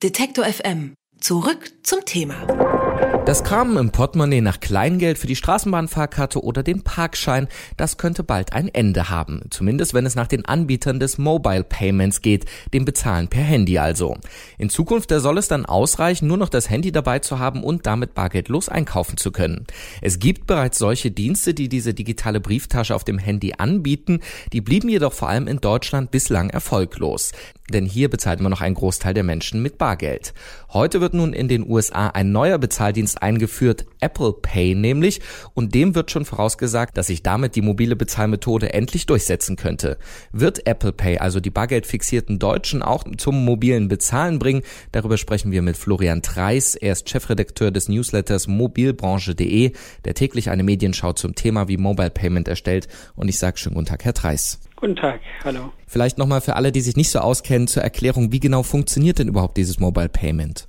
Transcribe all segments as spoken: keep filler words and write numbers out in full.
Detektor F M. Zurück zum Thema. Das Kramen im Portemonnaie nach Kleingeld für die Straßenbahnfahrkarte oder den Parkschein, das könnte bald ein Ende haben. Zumindest wenn es nach den Anbietern des Mobile Payments geht, dem Bezahlen per Handy also. In Zukunft da soll es dann ausreichen, nur noch das Handy dabei zu haben und damit bargeldlos einkaufen zu können. Es gibt bereits solche Dienste, die diese digitale Brieftasche auf dem Handy anbieten. Die blieben jedoch vor allem in Deutschland bislang erfolglos. Denn hier bezahlt immer noch ein Großteil der Menschen mit Bargeld. Heute wird nun in den U S A ein neuer Bezahldienst eingeführt, Apple Pay nämlich, und dem wird schon vorausgesagt, dass sich damit die mobile Bezahlmethode endlich durchsetzen könnte. Wird Apple Pay also die bargeldfixierten Deutschen auch zum mobilen Bezahlen bringen? Darüber sprechen wir mit Florian Treis. Er ist Chefredakteur des Newsletters mobilbranche punkt de, der täglich eine Medienschau zum Thema wie Mobile Payment erstellt. Und ich sage schönen guten Tag, Herr Treis. Guten Tag, hallo. Vielleicht nochmal für alle, die sich nicht so auskennen, zur Erklärung, wie genau funktioniert denn überhaupt dieses Mobile Payment?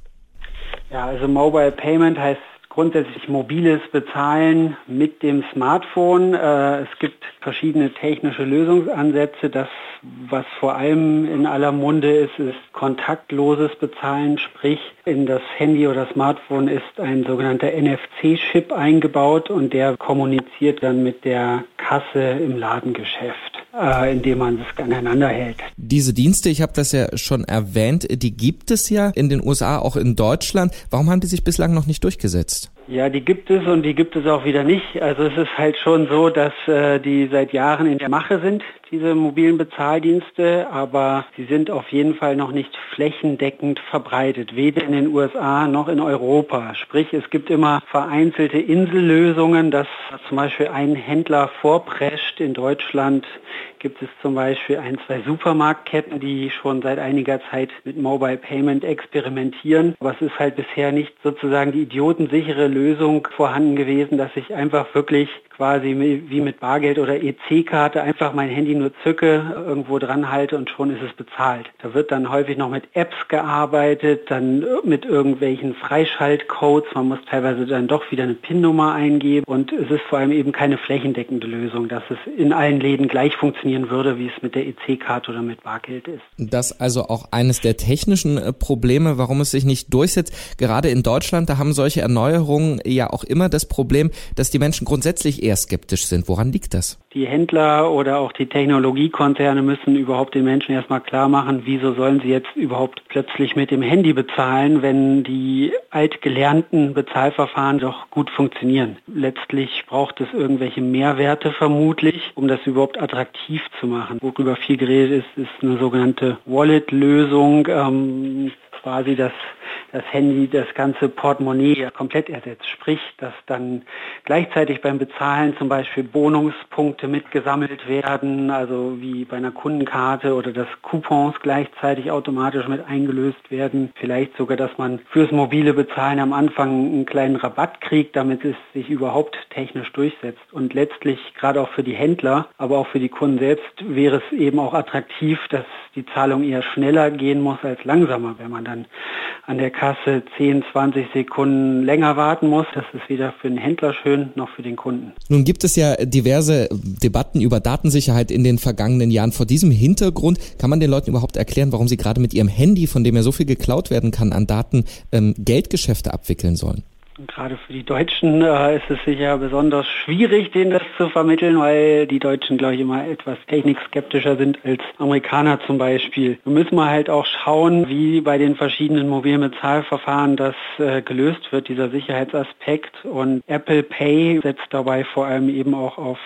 Ja, also Mobile Payment heißt grundsätzlich mobiles Bezahlen mit dem Smartphone. Äh, es gibt verschiedene technische Lösungsansätze. Das, was vor allem in aller Munde ist, ist kontaktloses Bezahlen, sprich in das Handy oder Smartphone ist ein sogenannter N F C-Chip eingebaut und der kommuniziert dann mit der Kasse im Ladengeschäft, äh, indem man es aneinander hält. Diese Dienste, ich habe das ja schon erwähnt, die gibt es ja in den U S A, auch in Deutschland. Warum haben die sich bislang noch nicht durchgesetzt? Ja, die gibt es und die gibt es auch wieder nicht. Also es ist halt schon so, dass äh, die seit Jahren in der Mache sind, diese mobilen Bezahldienste, aber sie sind auf jeden Fall noch nicht flächendeckend verbreitet, weder in den U S A noch in Europa. Sprich, es gibt immer vereinzelte Insellösungen, dass zum Beispiel ein Händler vorprescht. In Deutschland gibt es zum Beispiel ein, zwei Supermarktketten, die schon seit einiger Zeit mit Mobile Payment experimentieren. Aber es ist halt bisher nicht sozusagen die idiotensichere Lösung vorhanden gewesen, dass ich einfach wirklich quasi wie mit Bargeld oder E C-Karte einfach mein Handy nur zücke, irgendwo dran halte und schon ist es bezahlt. Da wird dann häufig noch mit Apps gearbeitet, dann mit irgendwelchen Freischaltcodes. Man muss teilweise dann doch wieder eine PIN-Nummer eingeben und es ist vor allem eben keine flächendeckende Lösung, dass es in allen Läden gleich funktionieren würde, wie es mit der E C-Karte oder mit Bargeld ist. Das also auch eines der technischen Probleme, warum es sich nicht durchsetzt. Gerade in Deutschland, da haben solche Erneuerungen ja auch immer das Problem, dass die Menschen grundsätzlich eher skeptisch sind. Woran liegt das? Die Händler oder auch die Technologiekonzerne müssen überhaupt den Menschen erstmal klar machen, wieso sollen sie jetzt überhaupt plötzlich mit dem Handy bezahlen, wenn die altgelernten Bezahlverfahren doch gut funktionieren. Letztlich braucht es irgendwelche Mehrwerte vermutlich, um das überhaupt attraktiv zu machen. Worüber viel geredet ist, ist eine sogenannte Wallet-Lösung, ähm, quasi das das Handy das ganze Portemonnaie komplett ersetzt. Sprich, dass dann gleichzeitig beim Bezahlen zum Beispiel Bonuspunkte mitgesammelt werden, also wie bei einer Kundenkarte, oder dass Coupons gleichzeitig automatisch mit eingelöst werden. Vielleicht sogar, dass man fürs mobile Bezahlen am Anfang einen kleinen Rabatt kriegt, damit es sich überhaupt technisch durchsetzt. Und letztlich, gerade auch für die Händler, aber auch für die Kunden selbst, wäre es eben auch attraktiv, dass die Zahlung eher schneller gehen muss als langsamer, wenn man dann an der Kasse zehn, zwanzig Sekunden länger warten muss. Das ist weder für den Händler schön noch für den Kunden. Nun gibt es ja diverse Debatten über Datensicherheit in den vergangenen Jahren. Vor diesem Hintergrund kann man den Leuten überhaupt erklären, warum sie gerade mit ihrem Handy, von dem ja so viel geklaut werden kann an Daten, ähm, Geldgeschäfte abwickeln sollen? Und gerade für die Deutschen äh, ist es sicher besonders schwierig, denen das zu vermitteln, weil die Deutschen, glaube ich, immer etwas technikskeptischer sind als Amerikaner zum Beispiel. Wir müssen mal halt auch schauen, wie bei den verschiedenen mobilen Bezahlverfahren das äh, gelöst wird, dieser Sicherheitsaspekt. Und Apple Pay setzt dabei vor allem eben auch auf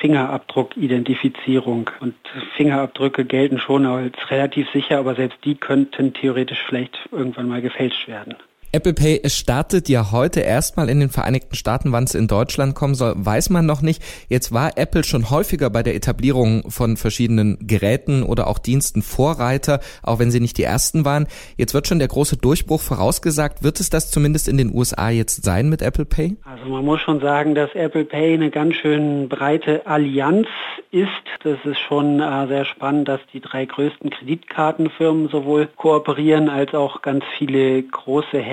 Fingerabdruckidentifizierung. Und Fingerabdrücke gelten schon als relativ sicher, aber selbst die könnten theoretisch vielleicht irgendwann mal gefälscht werden. Apple Pay startet ja heute erstmal in den Vereinigten Staaten. Wann es in Deutschland kommen soll, weiß man noch nicht. Jetzt war Apple schon häufiger bei der Etablierung von verschiedenen Geräten oder auch Diensten Vorreiter, auch wenn sie nicht die ersten waren. Jetzt wird schon der große Durchbruch vorausgesagt. Wird es das zumindest in den U S A jetzt sein mit Apple Pay? Also man muss schon sagen, dass Apple Pay eine ganz schön breite Allianz ist. Das ist schon äh, sehr spannend, dass die drei größten Kreditkartenfirmen sowohl kooperieren als auch ganz viele große Händler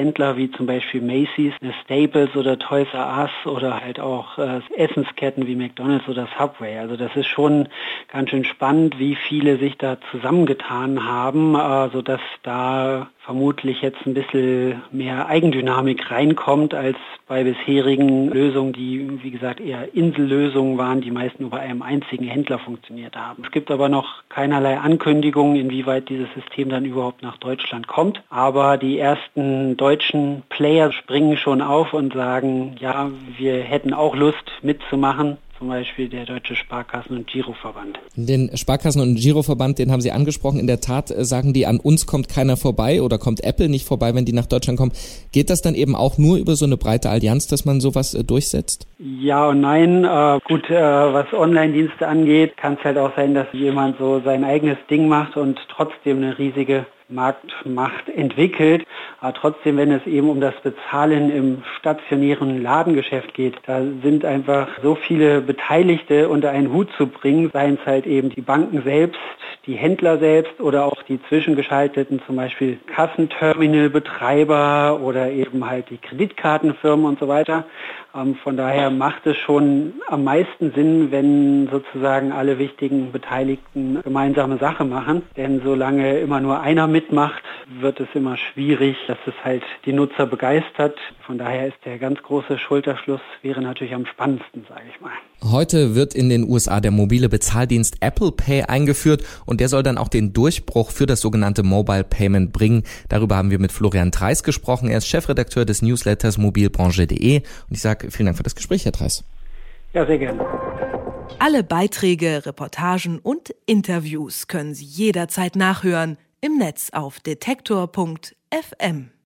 Händler wie zum Beispiel Macy's, Staples oder Toys R Us oder halt auch äh, Essensketten wie McDonald's oder Subway. Also das ist schon ganz schön spannend, wie viele sich da zusammengetan haben, äh, sodass da vermutlich jetzt ein bisschen mehr Eigendynamik reinkommt als bei bisherigen Lösungen, die, wie gesagt, eher Insellösungen waren, die meist nur bei einem einzigen Händler funktioniert haben. Es gibt aber noch keinerlei Ankündigungen, inwieweit dieses System dann überhaupt nach Deutschland kommt. Aber die ersten deutschen Player springen schon auf und sagen, ja, wir hätten auch Lust mitzumachen. Zum Beispiel der Deutsche Sparkassen- und Giroverband. Den Sparkassen- und Giroverband, den haben Sie angesprochen. In der Tat sagen die, an uns kommt keiner vorbei oder kommt Apple nicht vorbei, wenn die nach Deutschland kommen. Geht das dann eben auch nur über so eine breite Allianz, dass man sowas äh, durchsetzt? Ja und nein. Äh, gut, äh, was Online-Dienste angeht, kann es halt auch sein, dass jemand so sein eigenes Ding macht und trotzdem eine riesige Marktmacht entwickelt. Aber trotzdem, wenn es eben um das Bezahlen im stationären Ladengeschäft geht, da sind einfach so viele Beteiligte unter einen Hut zu bringen, seien es halt eben die Banken selbst, die Händler selbst oder auch die zwischengeschalteten, zum Beispiel Kassenterminalbetreiber oder eben halt die Kreditkartenfirmen und so weiter. Ähm, von daher macht es schon am meisten Sinn, wenn sozusagen alle wichtigen Beteiligten gemeinsame Sache machen. Denn solange immer nur einer mitmacht, wird es immer schwierig, dass es halt die Nutzer begeistert. Von daher ist der ganz große Schulterschluss wäre natürlich am spannendsten, sage ich mal. Heute wird in den U S A der mobile Bezahldienst Apple Pay eingeführt und der soll dann auch den Durchbruch für das sogenannte Mobile Payment bringen. Darüber haben wir mit Florian Threiss gesprochen. Er ist Chefredakteur des Newsletters mobilbranche punkt de und ich sage vielen Dank für das Gespräch, Herr Threiss. Ja, sehr gerne. Alle Beiträge, Reportagen und Interviews können Sie jederzeit nachhören im Netz auf detektor punkt f m.